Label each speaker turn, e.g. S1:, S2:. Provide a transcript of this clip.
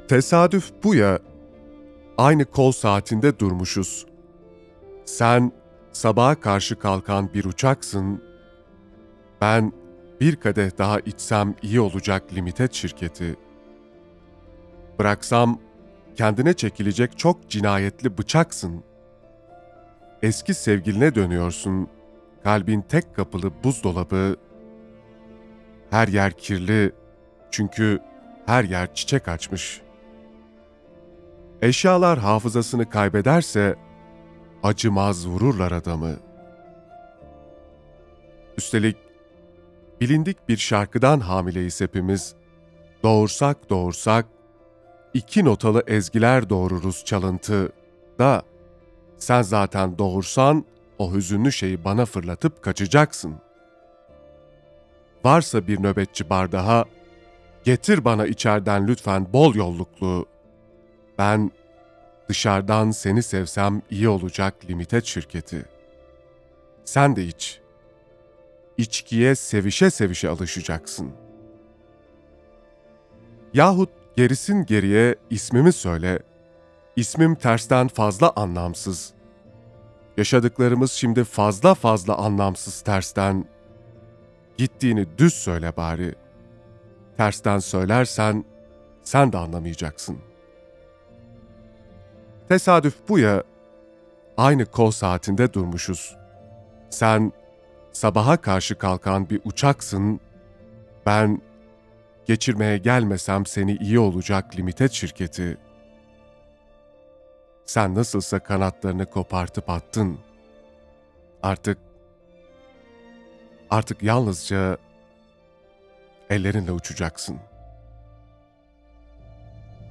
S1: Tesadüf bu ya, aynı kol saatinde durmuşuz. Sen sabaha karşı kalkan bir uçaksın, ben bir kadeh daha içsem iyi olacak limited şirketi. Bıraksam kendine çekilecek çok cinayetli bıçaksın. Eski sevgiline dönüyorsun, kalbin tek kapılı buzdolabı. Her yer kirli çünkü her yer çiçek açmış. Eşyalar hafızasını kaybederse acımaz vururlar adamı. Üstelik bilindik bir şarkıdan hamileyiz hepimiz. Doğursak doğursak, iki notalı ezgiler doğururuz çalıntı. Da sen zaten doğursan o hüzünlü şeyi bana fırlatıp kaçacaksın. Varsa bir nöbetçi bardaha, getir bana içerden lütfen bol yolluklu. Ben dışarıdan seni sevsem iyi olacak limited şirketi. Sen de iç. İçkiye sevişe sevişe alışacaksın. Yahut gerisin geriye ismimi söyle, ismim tersten fazla anlamsız. Yaşadıklarımız şimdi fazla fazla anlamsız tersten. Gittiğini düz söyle bari. Tersten söylersen sen de anlamayacaksın. Tesadüf bu ya, aynı kol saatinde durmuşuz. Sen sabaha karşı kalkan bir uçaksın, ben geçirmeye gelmesem seni iyi olacak limited şirketi. Sen nasılsa kanatlarını kopartıp attın. Artık yalnızca ellerinle uçacaksın.''